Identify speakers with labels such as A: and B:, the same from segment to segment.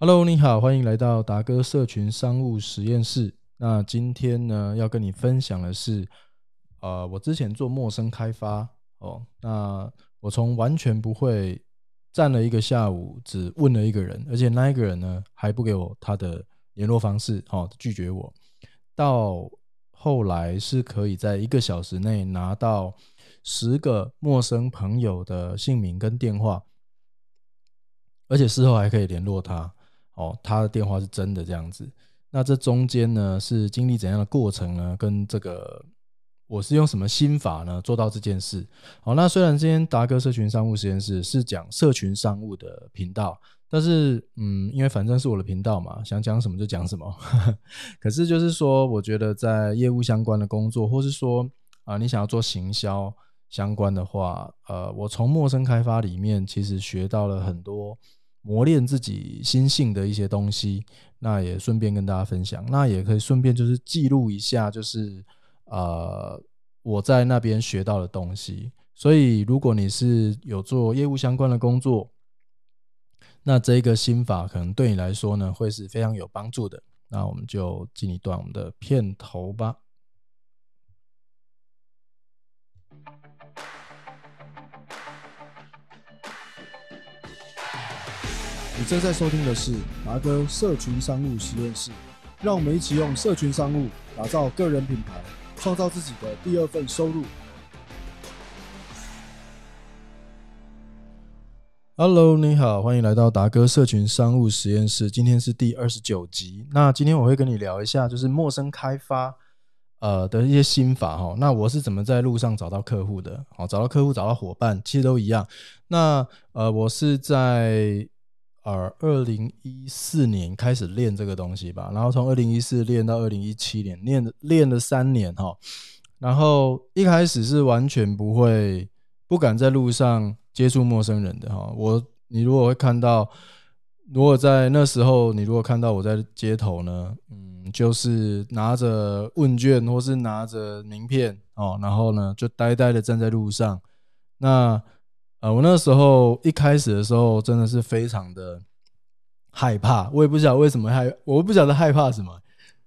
A: Hello，你好，欢迎来到达哥社群商务实验室。那今天呢，要跟你分享的是，我之前做陌生开发哦，那我从完全不会，站了一个下午，只问了一个人，而且那一个人呢，还不给我他的联络方式，拒绝我，到后来是可以在1个小时内拿到10个陌生朋友的姓名跟电话，而且事后还可以联络他。他的电话是真的这样子。那这中间呢是经历怎样的过程呢？跟这个我是用什么心法呢做到这件事？那虽然今天达哥社群商务实验室是讲社群商务的频道，但是因为反正是我的频道嘛，想讲什么就讲什么。可是就是说，我觉得在业务相关的工作，或是说你想要做行销相关的话，我从陌生开发里面其实学到了很多磨练自己心性的一些东西，那也顺便跟大家分享，那也可以顺便就是记录一下，就是我在那边学到的东西。所以如果你是有做业务相关的工作，那这个心法可能对你来说呢会是非常有帮助的。那我们就进一段我们的片头吧。
B: 你正在收听的是达哥社群商务实验室，让我们一起用社群商务打造个人品牌，创造自己的第二份收入。
A: Hello， 你好，欢迎来到达哥社群商务实验室。今天是第29集。那今天我会跟你聊一下，就是陌生开发的一些心法。那我是怎么在路上找到客户的？找到客户，找到伙伴，其实都一样。那我是在2014年开始练这个东西吧，然后从2014练到2017年，练了3年然后一开始是完全不敢在路上接触陌生人的你如果会看到，如果在那时候你如果看到我在街头呢，就是拿着问卷或是拿着名片然后呢就呆呆的站在路上。那我那时候一开始的时候真的是非常的害怕，我也不晓得为什么我不晓得害怕什么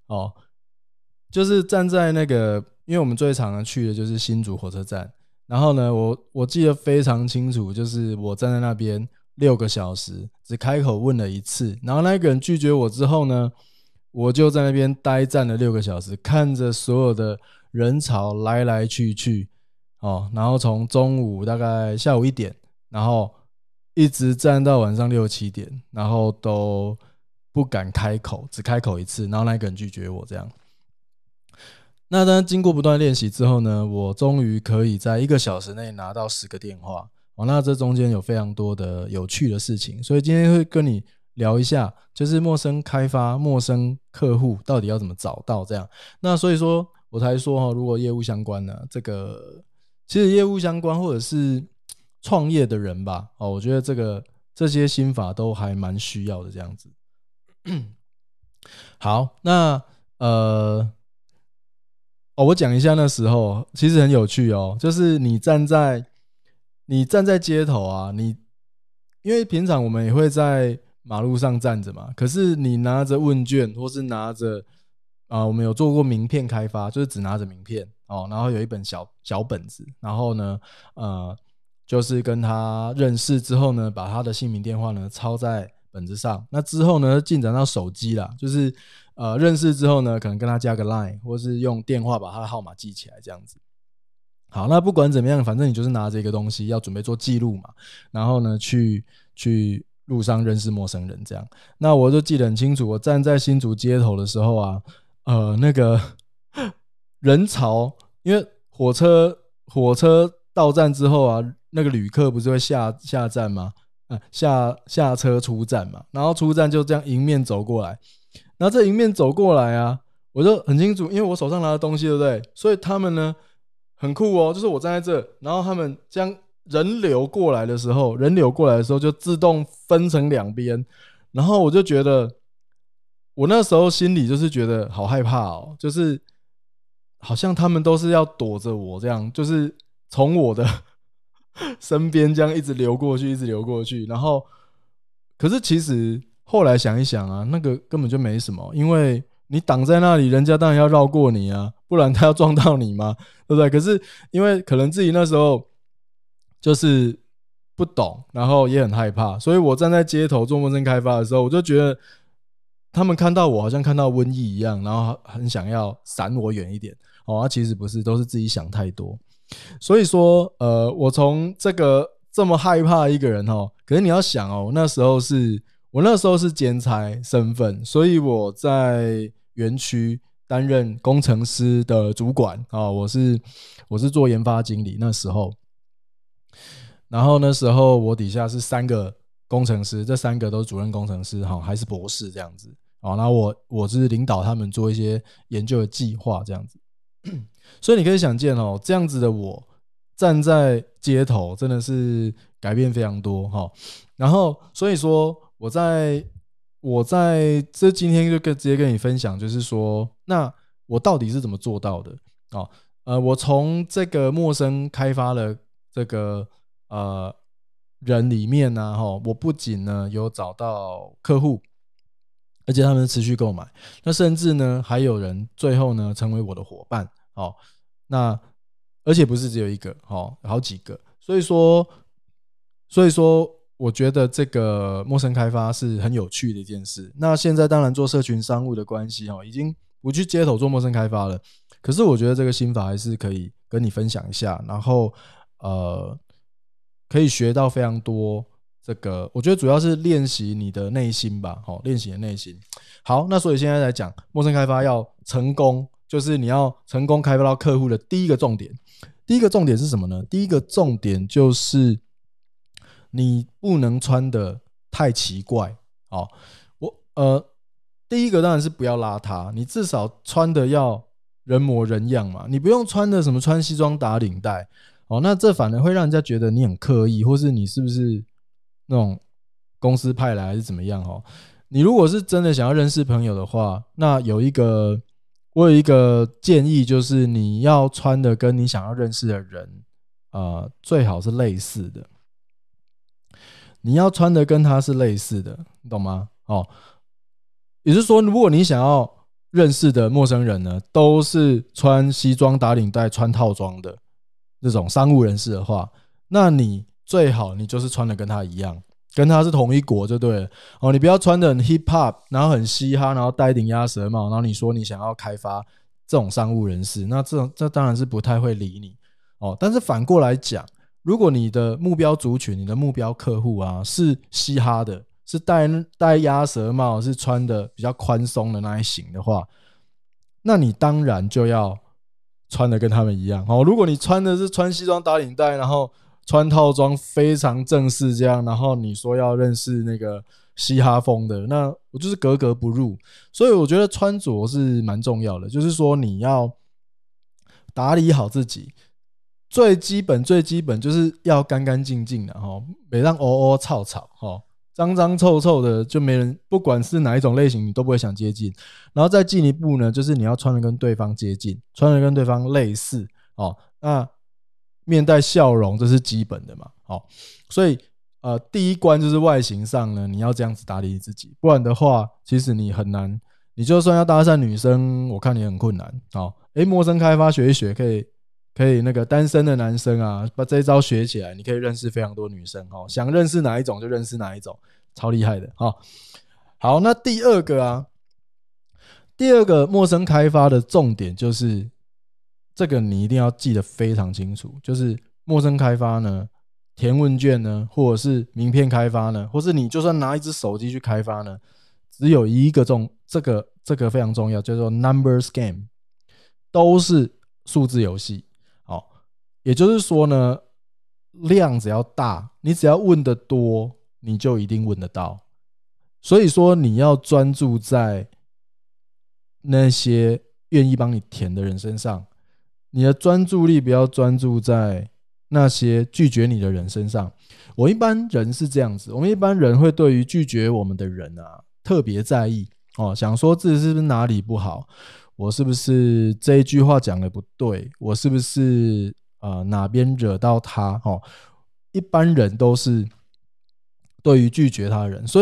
A: 就是站在那个，因为我们最常的去的就是新竹火车站，然后呢我记得非常清楚，就是我站在那边6个小时，只开口问了一次，然后那个人拒绝我之后呢，我就在那边呆站了6个小时，看着所有的人潮来来去去然后从中午大概下午1点，然后一直站到晚上6、7点，然后都不敢开口，只开口一次，然后那个人拒绝我这样。那当然经过不断练习之后呢，我终于可以在1个小时内拿到10个电话那这中间有非常多的有趣的事情，所以今天会跟你聊一下，就是陌生开发、陌生客户到底要怎么找到这样。那所以说我才说如果业务相关呢，其实业务相关或者是创业的人吧我觉得这些心法都还蛮需要的这样子。好，那我讲一下那时候其实很有趣就是你站在街头因为平常我们也会在马路上站着嘛，可是你拿着问卷或是拿着我们有做过名片开发，就是只拿着名片然后有一本小本子，然后呢就是跟他认识之后呢，把他的姓名电话呢抄在本子上，那之后呢进展到手机啦，就是认识之后呢，可能跟他加个 LINE 或是用电话把他的号码记起来这样子。好，那不管怎么样，反正你就是拿着一个东西要准备做记录嘛，然后呢去路上认识陌生人这样。那我就记得很清楚，我站在新竹街头的时候那个人潮，因为火车到站之后那个旅客不是会下站吗？下车出站嘛，然后出站就这样迎面走过来，然后这迎面走过来我就很清楚，因为我手上拿的东西对不对，所以他们呢很酷就是我站在这，然后他们将人流过来的时候就自动分成2边，然后我就觉得我那时候心里就是觉得好害怕就是好像他们都是要躲着我这样，就是从我的身边这样一直流过去，然后可是其实后来想一想啊，那个根本就没什么，因为你挡在那里，人家当然要绕过你啊，不然他要撞到你嘛，对不对？可是因为可能自己那时候就是不懂，然后也很害怕，所以我站在街头做陌生开发的时候，我就觉得他们看到我好像看到瘟疫一样，然后很想要闪我远一点。其实不是，都是自己想太多。所以说，我从这个这么害怕一个人可是你要想我那时候是兼差身份，所以我在园区担任工程师的主管我是做研发经理那时候，然后那时候我底下是3个工程师，这3个都是主任工程师还是博士这样子然后我是领导他们做一些研究的计划这样子。所以你可以想见这样子的我站在街头真的是改变非常多然后所以说我在这今天就直接跟你分享，就是说那我到底是怎么做到的我从这个陌生开发的这个人里面呢我不仅呢有找到客户，而且他们持续购买，那甚至呢还有人最后呢成为我的伙伴那而且不是只有一个好几个，所以说我觉得这个陌生开发是很有趣的一件事。那现在当然做社群商务的关系已经不去街头做陌生开发了，可是我觉得这个心法还是可以跟你分享一下，然后可以学到非常多。这个我觉得主要是练习你的内心吧，练习你的内心。好，那所以现在来讲陌生开发要成功，就是你要成功开发到客户的第一个重点。第一个重点是什么呢？第一个重点就是你不能穿的太奇怪第一个当然是不要邋遢，你至少穿的要人模人样嘛，你不用穿的什么穿西装打领带那这反而会让人家觉得你很刻意，或是你是不是那种公司派来还是怎么样你如果是真的想要认识朋友的话，那我有一个建议，就是你要穿的跟你想要认识的人最好是类似的，你要穿的跟他是类似的，你懂吗也就是说，如果你想要认识的陌生人呢都是穿西装打领带穿套装的这种商务人士的话，那你最好你就是穿的跟他一样，跟他是同一国就对了你不要穿的很 hip hop， 然后很嘻哈，然后戴一顶鸭舌帽，然后你说你想要开发这种商务人士，那这当然是不太会理你但是反过来讲，如果你的目标族群，你的目标客户是嘻哈的，是戴鸭舌帽，是穿的比较宽松的那一型的话，那你当然就要穿的跟他们一样如果你穿的是穿西装打领带，然后穿套装非常正式这样，然后你说要认识那个嘻哈风的，那我就是格格不入。所以我觉得穿着是蛮重要的，就是说你要打理好自己，最基本就是要干干净净的别让臭脏脏臭臭的，就没人，不管是哪一种类型你都不会想接近。然后再进一步呢，就是你要穿的跟对方接近，穿的跟对方类似那面带笑容这是基本的嘛所以第一关就是外形上呢，你要这样子打理自己，不然的话其实你很难，你就算要搭讪女生，我看你很困难陌生开发学一学，可以那个单身的男生把这一招学起来，你可以认识非常多女生想认识哪一种就认识哪一种，超厉害的好，那第二个陌生开发的重点就是这个你一定要记得非常清楚，就是陌生开发呢，填问卷呢，或者是名片开发呢，或是你就算拿一只手机去开发呢，只有一个这个非常重要，叫做 numbers game， 都是数字游戏也就是说呢，量只要大，你只要问得多，你就一定问得到。所以说你要专注在那些愿意帮你填的人身上，你的专注力不要专注在那些拒绝你的人身上。我一般人是这样子，我们一般人会对于拒绝我们的人特别在意想说自己是不是哪里不好，我是不是这一句话讲的不对，我是不是哪边惹到他一般人都是对于拒绝他的人，所以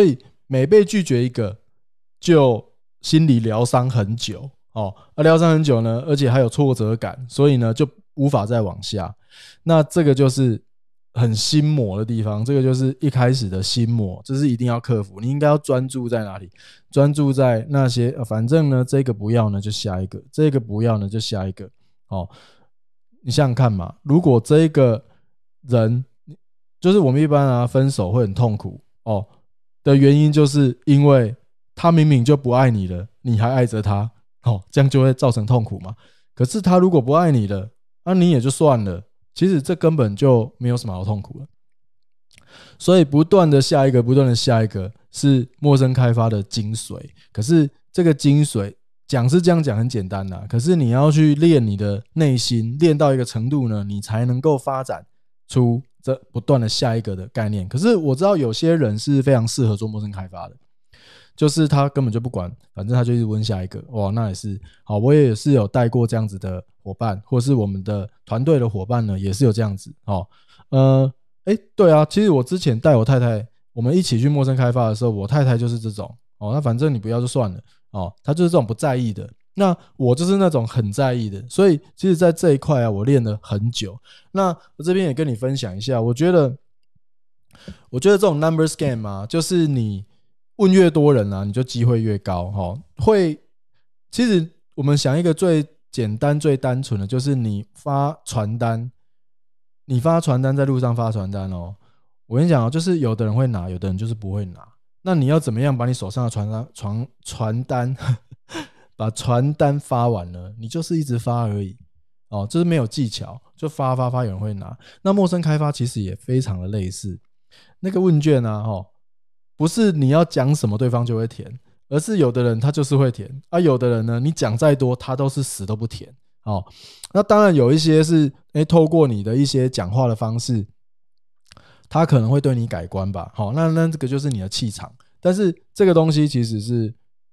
A: 每被拒绝一个，就心里疗伤很久疗伤很久呢，而且还有挫折感，所以呢就无法再往下。那这个就是很心魔的地方，这个就是一开始的心魔，这是一定要克服。你应该要专注在哪里？专注在那些反正呢这个不要呢就下一个，这个不要呢就下一个你想想看嘛，如果这个人就是我们一般分手会很痛苦的原因，就是因为他明明就不爱你了，你还爱着他这样就会造成痛苦嘛。可是他如果不爱你了，你也就算了，其实这根本就没有什么好痛苦了。所以不断的下一个，不断的下一个是陌生开发的精髓。可是这个精髓讲是这样讲很简单可是你要去练你的内心，练到一个程度呢，你才能够发展出这不断的下一个的概念。可是我知道有些人是非常适合做陌生开发的，就是他根本就不管，反正他就一直问下一个。那也是好，我也是有带过这样子的伙伴，或是我们的团队的伙伴呢，也是有这样子对啊，其实我之前带我太太，我们一起去陌生开发的时候，我太太就是这种那反正你不要就算了她就是这种不在意的。那我就是那种很在意的，所以其实在这一块我练了很久。那我这边也跟你分享一下，我觉得这种 numbers game 就是你问越多人你就机会越高其实我们想一个最简单最单纯的，就是你发传单在路上发传单我跟你讲就是有的人会拿，有的人就是不会拿。那你要怎么样把你手上的传单把传单发完呢？你就是一直发而已就是没有技巧，就发，有人会拿。那陌生开发其实也非常的类似，那个问卷不是你要讲什么对方就会填，而是有的人他就是会填有的人呢你讲再多他都是死都不填那当然有一些是透过你的一些讲话的方式，他可能会对你改观吧那这个就是你的气场。但是这个东西其实是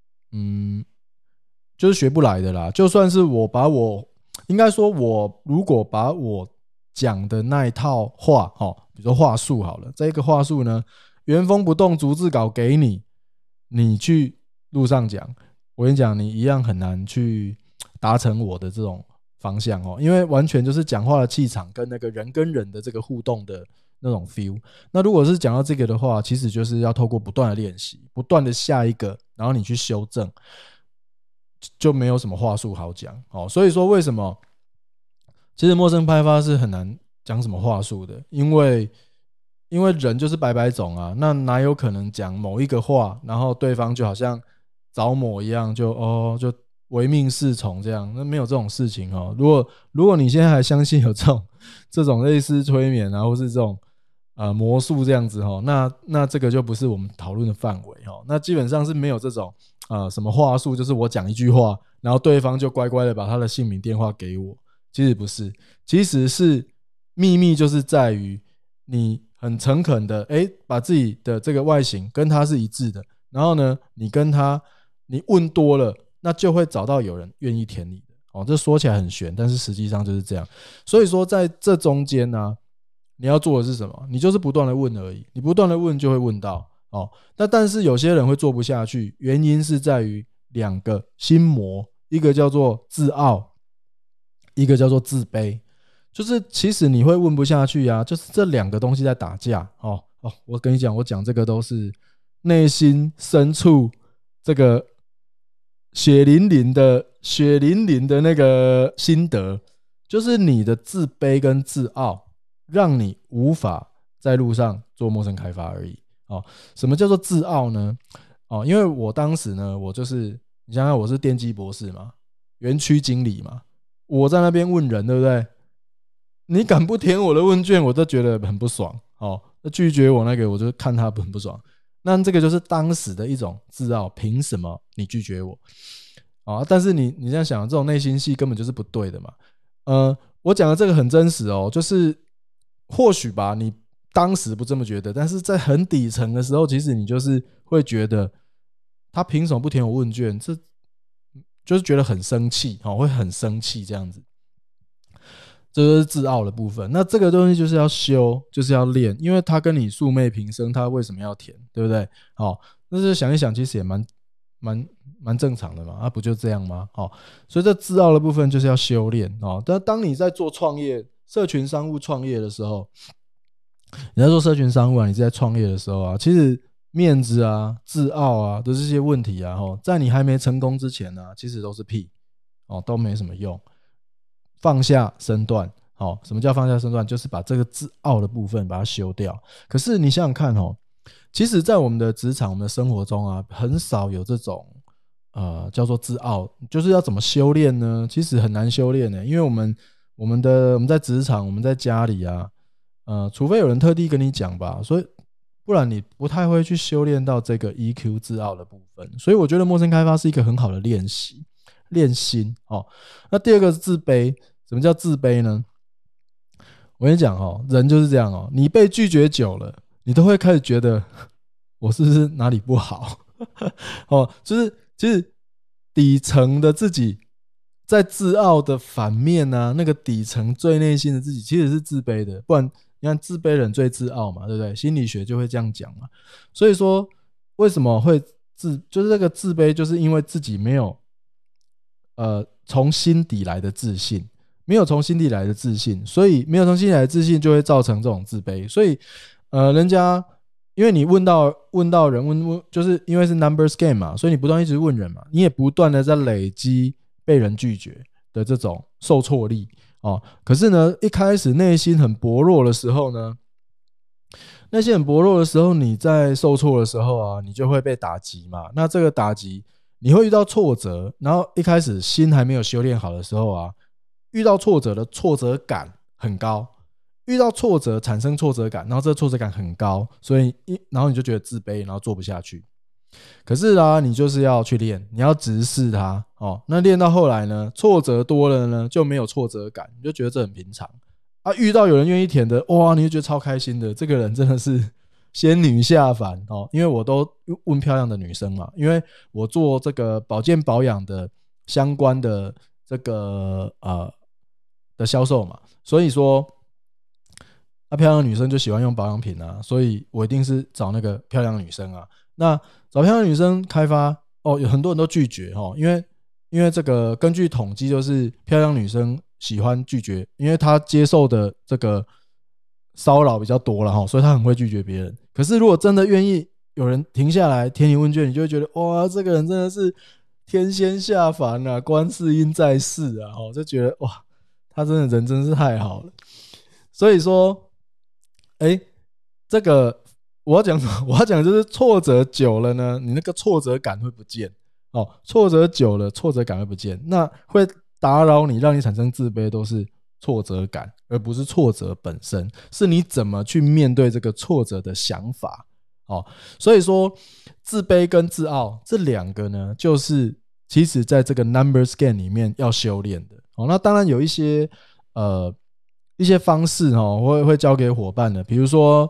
A: 就是学不来的啦。就算是应该说我如果把我讲的那一套话比如说话术好了，这个话术呢原封不动逐字稿给你，你去路上讲，我跟你讲你一样很难去达成我的这种方向因为完全就是讲话的气场跟那个人跟人的这个互动的那种 feel。 那如果是讲到这个的话，其实就是要透过不断的练习，不断的下一个，然后你去修正，就没有什么话术好讲所以说为什么其实陌生开发是很难讲什么话术的，因为人就是百百种那哪有可能讲某一个话，然后对方就好像着魔一样就唯命是从这样，那没有这种事情如果你现在还相信有这种类似催眠或是这种魔术这样子那这个就不是我们讨论的范围那基本上是没有这种什么话术，就是我讲一句话，然后对方就乖乖的把他的姓名电话给我。其实不是，其实是秘密就是在于你很诚恳的把自己的这个外形跟他是一致的，然后呢你跟他你问多了，那就会找到有人愿意填你的这说起来很玄，但是实际上就是这样。所以说在这中间你要做的是什么？你就是不断的问而已，你不断的问就会问到但是有些人会做不下去，原因是在于两个心魔，一个叫做自傲，一个叫做自卑。就是其实你会问不下去就是这两个东西在打架我跟你讲，我讲这个都是内心深处这个血淋淋的那个心得，就是你的自卑跟自傲让你无法在路上做陌生开发而已什么叫做自傲呢因为我当时呢我就是你想想，我是电机博士嘛，园区经理嘛，我在那边问人，对不对？你敢不填我的问卷，我都觉得很不爽拒绝我那个，我就看他很不爽。那这个就是当时的一种自傲，凭什么你拒绝我但是你这样想，这种内心戏根本就是不对的嘛。我讲的这个很真实就是或许吧，你当时不这么觉得，但是在很底层的时候，其实你就是会觉得他凭什么不填我问卷，这就是觉得很生气会很生气这样子。 这就是自傲的部分。那这个东西就是要修，就是要练，因为他跟你素昧平生，他为什么要填，对不对？好，那就想一想，其实也蛮正常的嘛，不就这样吗？好，所以这自傲的部分就是要修炼哦。但当你在做创业、社群商务创业的时候，你在做社群商务啊，你在创业的时候啊，其实面子啊、自傲啊的这些问题啊，在你还没成功之前呢，其实都是屁哦，都没什么用。放下身段，什么叫放下身段？就是把这个自傲的部分把它修掉。可是你想想看其实在我们的职场、我们的生活中啊，很少有这种叫做自傲，就是要怎么修炼呢？其实很难修炼的，因为我们在职场，我们在家里啊，除非有人特地跟你讲吧，所以不然你不太会去修炼到这个 EQ 自傲的部分。所以我觉得陌生开发是一个很好的练习，练心那第二个是自卑，什么叫自卑呢？我跟你讲人就是这样你被拒绝久了，你都会开始觉得我是不是哪里不好就是其实底层的自己在自傲的反面啊，那个底层最内心的自己其实是自卑的，不然你看自卑人最自傲嘛，对不对？心理学就会这样讲嘛。所以说为什么会就是这个自卑，就是因为自己没有从心底来的自信，没有从心底来的自信，所以没有从心底来的自信就会造成这种自卑。所以人家因为你问到人就是因为是 numbers game 嘛，所以你不断一直问人嘛，你也不断的在累积被人拒绝的这种受挫力可是呢，一开始内心很薄弱的时候呢，你在受挫的时候啊，你就会被打击嘛。那这个打击你会遇到挫折，然后一开始心还没有修炼好的时候啊，遇到挫折的挫折感很高，遇到挫折产生挫折感，然后这个挫折感很高，所以然后你就觉得自卑，然后做不下去。可是啊，你就是要去练，你要直视它那练到后来呢，挫折多了呢，就没有挫折感，你就觉得这很平常啊。遇到有人愿意舔的，哇，你就觉得超开心的，这个人真的是仙女下凡因为我都问漂亮的女生嘛，因为我做这个保健保养的相关的这个的销售嘛，所以说漂亮的女生就喜欢用保养品啊，所以我一定是找那个漂亮的女生啊。那找漂亮的女生开发有很多人都拒绝因为这个根据统计就是漂亮女生喜欢拒绝，因为她接受的这个骚扰比较多了所以她很会拒绝别人。可是如果真的愿意有人停下来填你问卷，你就会觉得哇，这个人真的是天仙下凡啊，观世音在世啊就觉得哇，他真的人真是太好了。所以说这个我要讲什么？我要讲就是挫折久了呢，你那个挫折感会不见挫折久了，挫折感会不见，那会打扰你，让你产生自卑，都是挫折感，而不是挫折本身，是你怎么去面对这个挫折的想法所以说自卑跟自傲这两个呢，就是其实在这个 numbers game 里面要修炼的那当然有一些方式会教给伙伴的，比如说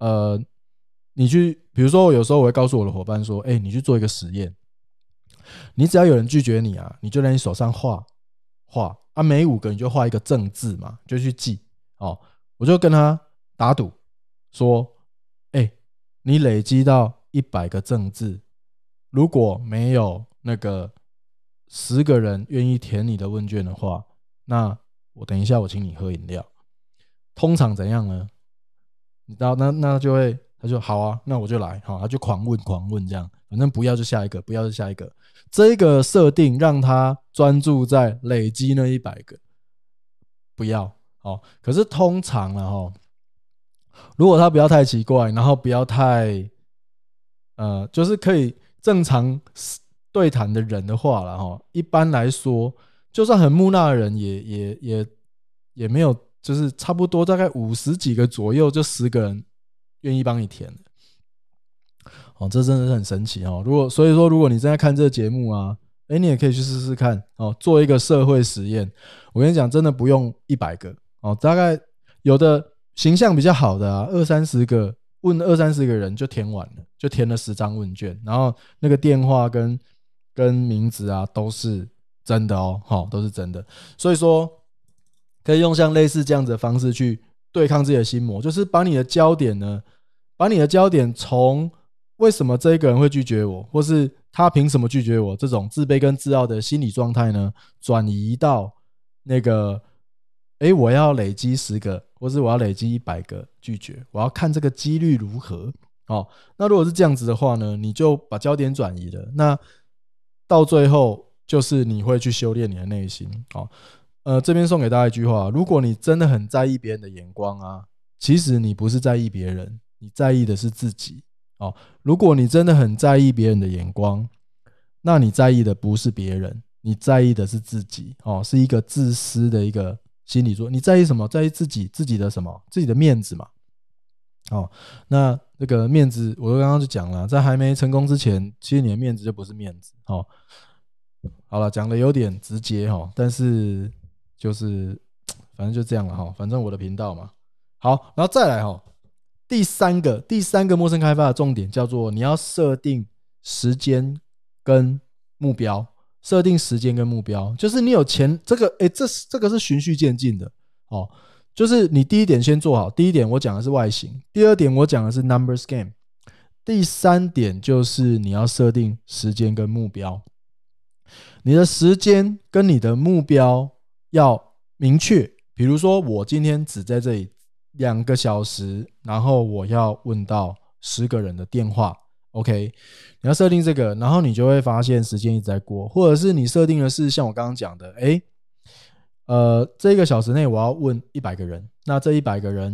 A: 比如说有时候我会告诉我的伙伴说你去做一个实验，你只要有人拒绝你啊，你就在你手上画每5个你就画一个正字嘛，就去记我就跟他打赌说你累积到100个正字，如果没有那个10个人愿意填你的问卷的话，那我等一下我请你喝饮料。通常怎样呢？你知道那就会他就好啊，那我就来他就狂问这样，反正不要就下一个，不要就下一个。这个设定让他专注在累积那100个，不要可是通常如果他不要太奇怪，然后不要太就是可以正常对谈的人的话啦一般来说，就算很木讷的人也没有，就是差不多大概50几个左右，就10个人愿意帮你填这真的是很神奇所以说，如果你正在看这个节目啊，你也可以去试试看做一个社会实验。我跟你讲，真的不用100个大概有的形象比较好的啊，20-30个问20-30个人就填完了，就填了10张问卷，然后那个电话跟名字啊都是真的都是真的。所以说可以用像类似这样子的方式去对抗自己的心魔，就是把你的焦点从为什么这一个人会拒绝我，或是他凭什么拒绝我这种自卑跟自傲的心理状态呢，转移到那个我要累积10个，或是我要累积100个拒绝，我要看这个几率如何。那如果是这样子的话呢，你就把焦点转移了，那到最后就是你会去修炼你的内心。这边送给大家一句话，如果你真的很在意别人的眼光啊，其实你不是在意别人，你在意的是自己。如果你真的很在意别人的眼光，那你在意的不是别人，你在意的是自己。是一个自私的一个心理作用。你在意什么？在意自己的什么？自己的面子嘛。那这个面子我刚刚就讲了，在还没成功之前，其实你的面子就不是面子。好了，讲的有点直接，但是就是反正就这样了，反正我的频道嘛。好，然后再来第三个陌生开发的重点叫做你要设定时间跟目标。设定时间跟目标，就是你有钱，这个是循序渐进的。就是你第一点先做好，第一点我讲的是外形，第二点我讲的是 numbers game， 第三点就是你要设定时间跟目标。你的时间跟你的目标要明确，比如说我今天只在这里2个小时，然后我要问到10个人的电话 OK， 你要设定这个，然后你就会发现时间一直在过，或者是你设定的是像我刚刚讲的这1个小时内我要问100个人，那这100个人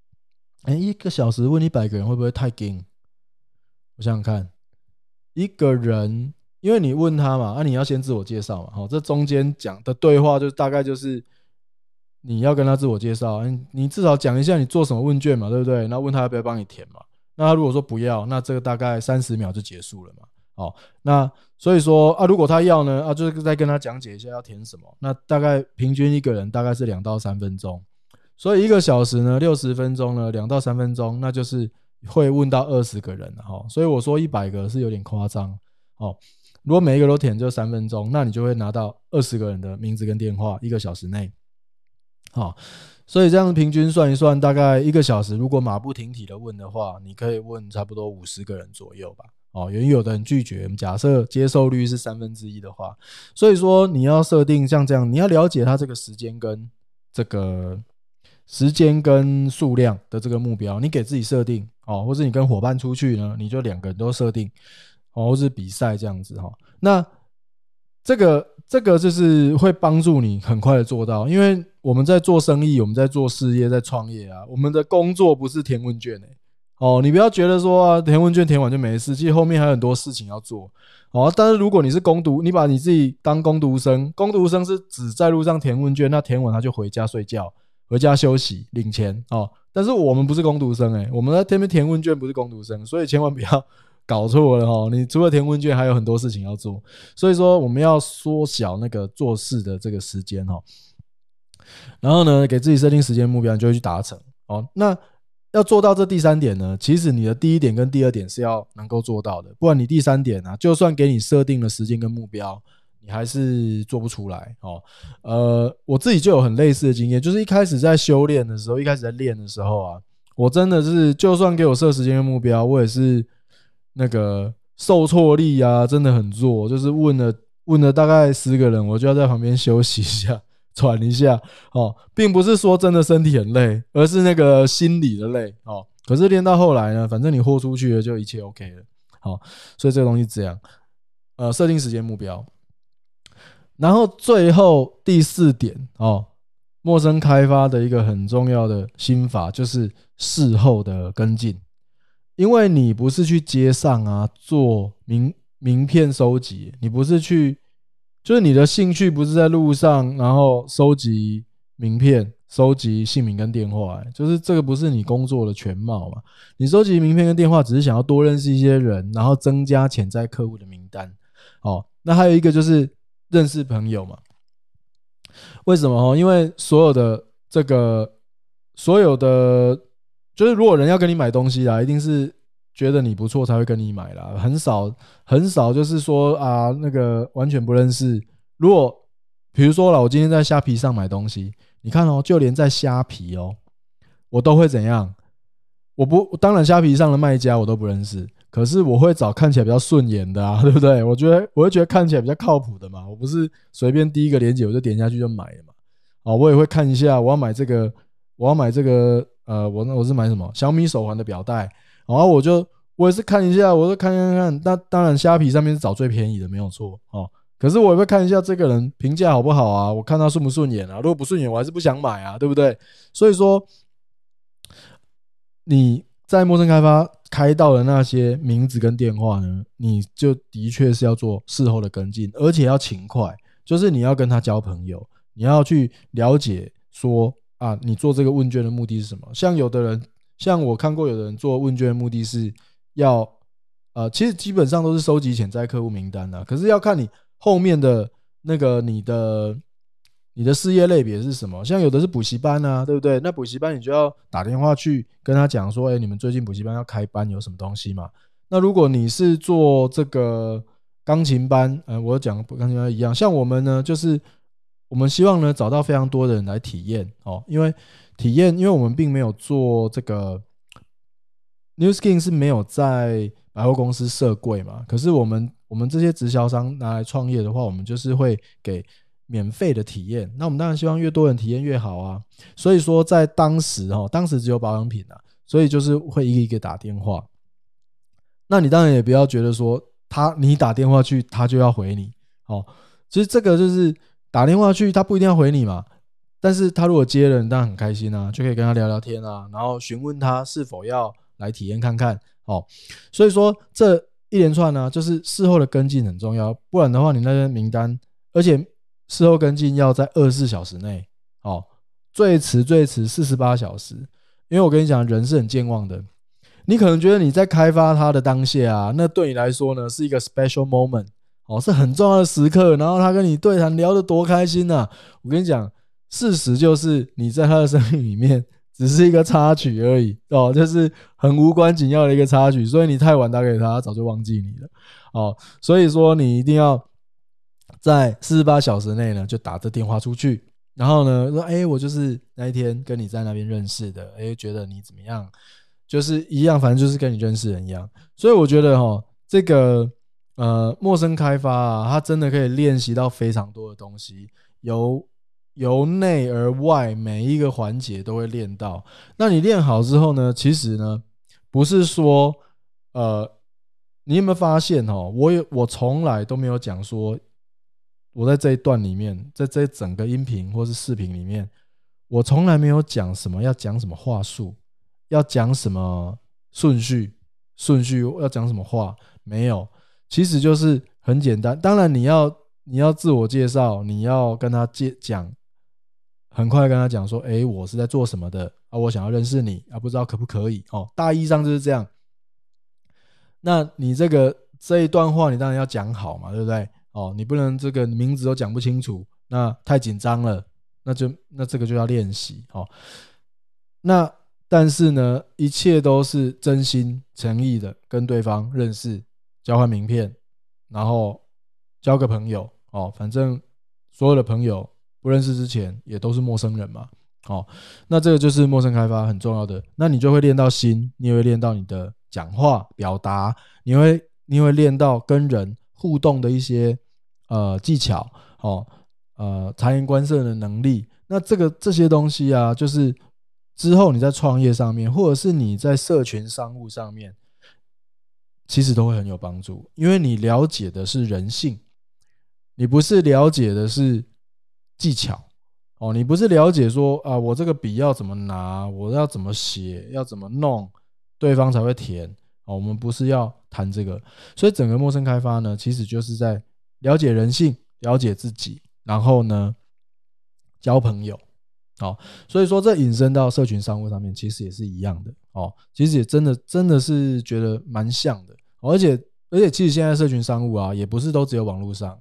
A: 1个小时问100个人会不会太紧？我想想看，一个人因为你问他嘛，你要先自我介绍嘛，这中间讲的对话就大概就是你要跟他自我介绍，你至少讲一下你做什么问卷嘛，对不对？然后问他要不要帮你填嘛，那他如果说不要，那这个大概30秒就结束了嘛。那所以说如果他要呢就是再跟他讲解一下要填什么，那大概平均一个人大概是2到3分钟，所以1个小时呢60分钟呢2到3分钟，那就是会问到20个人。所以我说100个是有点夸张。如果每一个都填就3分钟，那你就会拿到20个人的名字跟电话1个小时内。所以这样平均算一算，大概1个小时如果马不停蹄的问的话，你可以问差不多50个人左右吧。有的人拒绝，我们假设接受率是1/3的话，所以说你要设定像这样，你要了解他这个时间跟数量的这个目标，你给自己设定或者你跟伙伴出去呢，你就2个人都设定或是比赛这样子。那这个就是会帮助你很快的做到，因为我们在做生意，我们在做事业，在创业我们的工作不是填问卷你不要觉得说填问卷填完就没事，其实后面还有很多事情要做。但是如果你是工读，你把你自己当工读生，工读生是只在路上填问卷，那填完他就回家睡觉，回家休息领钱但是我们不是工读生我们在那边填问卷不是工读生，所以千万不要搞错了你除了填问卷还有很多事情要做，所以说我们要缩小那个做事的这个时间然后呢给自己设定时间目标，你就会去达成那要做到这第3点呢，其实你的第1点跟第2点是要能够做到的，不然你第3点就算给你设定了时间跟目标，你还是做不出来我自己就有很类似的经验，就是一开始在修炼的时候，一开始在练的时候我真的是就算给我设时间跟目标，我也是那个受挫力真的很弱，就是问了大概10个人，我就要在旁边休息一下喘一下并不是说真的身体很累，而是那个心理的累可是练到后来呢，反正你豁出去了就一切 OK 了所以这个东西这样设定时间目标。然后最后第4点陌生开发的一个很重要的心法就是事后的跟进，因为你不是去街上做名片收集，你不是去，就是你的兴趣不是在路上然后收集名片，收集姓名跟电话就是这个不是你工作的全貌嘛。你收集名片跟电话只是想要多认识一些人，然后增加潜在客户的名单那还有一个就是认识朋友嘛。为什么因为所有的就是如果人要跟你买东西一定是觉得你不错才会跟你买啦，很少就是说那个完全不认识。如果比如说我今天在虾皮上买东西， 你看哦，就连在虾皮哦，我都会怎样？当然虾皮上的卖家我都不认识，可是我会找看起来比较顺眼的啊，对不对？我会觉得看起来比较靠谱的嘛，我不是随便第一个链接我就点下去就买了嘛。我也会看一下，我要买这个，我是买什么小米手环的表带，然后我也是看一下，我就看，那当然虾皮上面是找最便宜的没有错哦。可是我也会看一下这个人评价好不好啊，我看他顺不顺眼啊，如果不顺眼我还是不想买啊，对不对？所以说你在陌生开发开到的那些名字跟电话呢，你就的确是要做事后的跟进，而且要勤快，就是你要跟他交朋友，你要去了解说啊，你做这个问卷的目的是什么？像我看过有的人做问卷的目的是要其实基本上都是收集潜在客户名单啊，可是要看你后面的那个你的事业类别是什么？像有的是补习班啊，对不对？那补习班你就要打电话去跟他讲说，你们最近补习班要开班，有什么东西嘛？那如果你是做这个钢琴班，我讲钢琴班一样，像我们呢，就是我们希望呢找到非常多的人来体验哦，因为我们并没有做这个 New Skin 是没有在百货公司设柜嘛，可是我们这些直销商拿来创业的话，我们就是会给免费的体验，那我们当然希望越多人体验越好啊。所以说在当时只有保养品啊，所以就是会一个一个打电话。那你当然也不要觉得说你打电话去他就要回你其实这个就是打电话去他不一定要回你嘛，但是他如果接了，你当然很开心啊，就可以跟他聊聊天啊，然后询问他是否要来体验看看所以说这一连串呢，就是事后的跟进很重要，不然的话你那些名单，而且事后跟进要在24小时内最迟48小时，因为我跟你讲，人是很健忘的。你可能觉得你在开发它的当下啊，那对你来说呢是一个 special moment 是很重要的时刻，然后他跟你对谈聊得多开心啊！我跟你讲，事实就是你在他的生命里面只是一个插曲而已就是很无关紧要的一个插曲，所以你太晚打给他，他早就忘记你了所以说你一定要在48小时内呢就打这电话出去，然后呢说我就是那一天跟你在那边认识的，觉得你怎么样，就是一样，反正就是跟你认识人一样。所以我觉得这个陌生开发啊，它真的可以练习到非常多的东西，由内而外每一个环节都会练到。那你练好之后呢，其实呢不是说你有没有发现我从来都没有讲说我在这一段里面，在这整个音频或是视频里面，我从来没有讲什么要讲什么话术，要讲什么顺序要讲什么话，没有，其实就是很简单。当然你要自我介绍，你要跟他讲，很快跟他讲说我是在做什么的我想要认识你不知道可不可以大意上就是这样。那你这一段话你当然要讲好嘛，对不对你不能这个名字都讲不清楚，那太紧张了，那这个就要练习那但是呢，一切都是真心诚意的跟对方认识，交换名片，然后交个朋友反正所有的朋友不认识之前也都是陌生人嘛那这个就是陌生开发很重要的。那你就会练到心，你也会练到你的讲话表达，你会练到跟人互动的一些技巧察言观色的能力。那这些东西啊，就是之后你在创业上面，或者是你在社群商务上面，其实都会很有帮助，因为你了解的是人性，你不是了解的是技巧你不是了解说我这个笔要怎么拿，我要怎么写，要怎么弄，对方才会填我们不是要谈这个。所以整个陌生开发呢，其实就是在了解人性，了解自己，然后呢交朋友所以说这引申到社群商务上面，其实也是一样的其实也真的是觉得蛮像的而且其实现在社群商务啊，也不是都只有网络上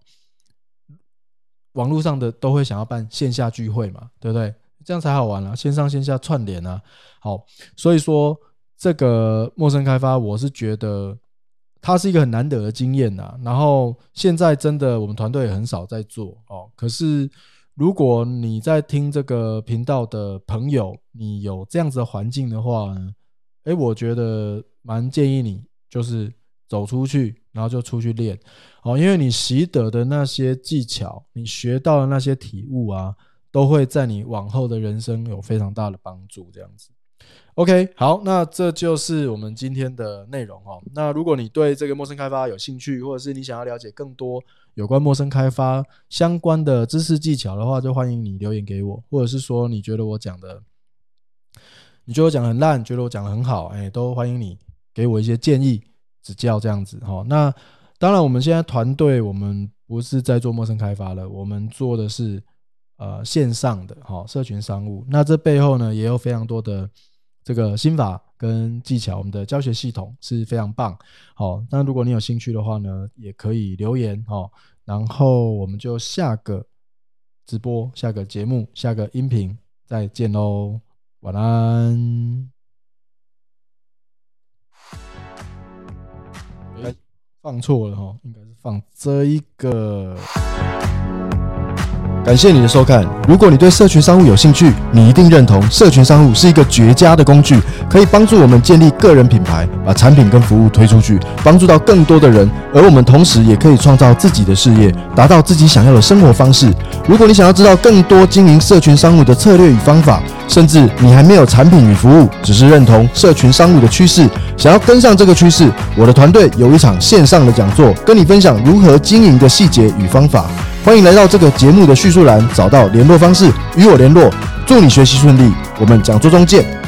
A: 网络上的都会想要办线下聚会嘛，对不对？这样才好玩线上线下串联所以说这个陌生开发，我是觉得它是一个很难得的经验然后现在真的我们团队也很少在做可是如果你在听这个频道的朋友，你有这样子的环境的话呢，我觉得蛮建议你就是走出去，然后就出去练因为你习得的那些技巧，你学到的那些体悟啊，都会在你往后的人生有非常大的帮助这样子。OK， 好，那这就是我们今天的内容那如果你对这个陌生开发有兴趣，或者是你想要了解更多有关陌生开发相关的知识技巧的话，就欢迎你留言给我，或者是说你觉得我讲的很烂，觉得我讲的很好，都欢迎你给我一些建议指教这样子那当然我们现在团队我们不是在做陌生开发了，我们做的是线上的社群商务。那这背后呢也有非常多的这个心法跟技巧，我们的教学系统是非常棒那如果你有兴趣的话呢，也可以留言然后我们就下个直播、下个节目、下个音频再见咯，晚安。放错了应该是放这一个。
B: 感谢你的收看。如果你对社群商务有兴趣，你一定认同社群商务是一个绝佳的工具，可以帮助我们建立个人品牌，把产品跟服务推出去，帮助到更多的人，而我们同时也可以创造自己的事业，达到自己想要的生活方式。如果你想要知道更多经营社群商务的策略与方法，甚至你还没有产品与服务，只是认同社群商务的趋势，想要跟上这个趋势，我的团队有一场线上的讲座，跟你分享如何经营的细节与方法。欢迎来到这个节目的叙述栏，找到联络方式与我联络。祝你学习顺利，我们讲座中见。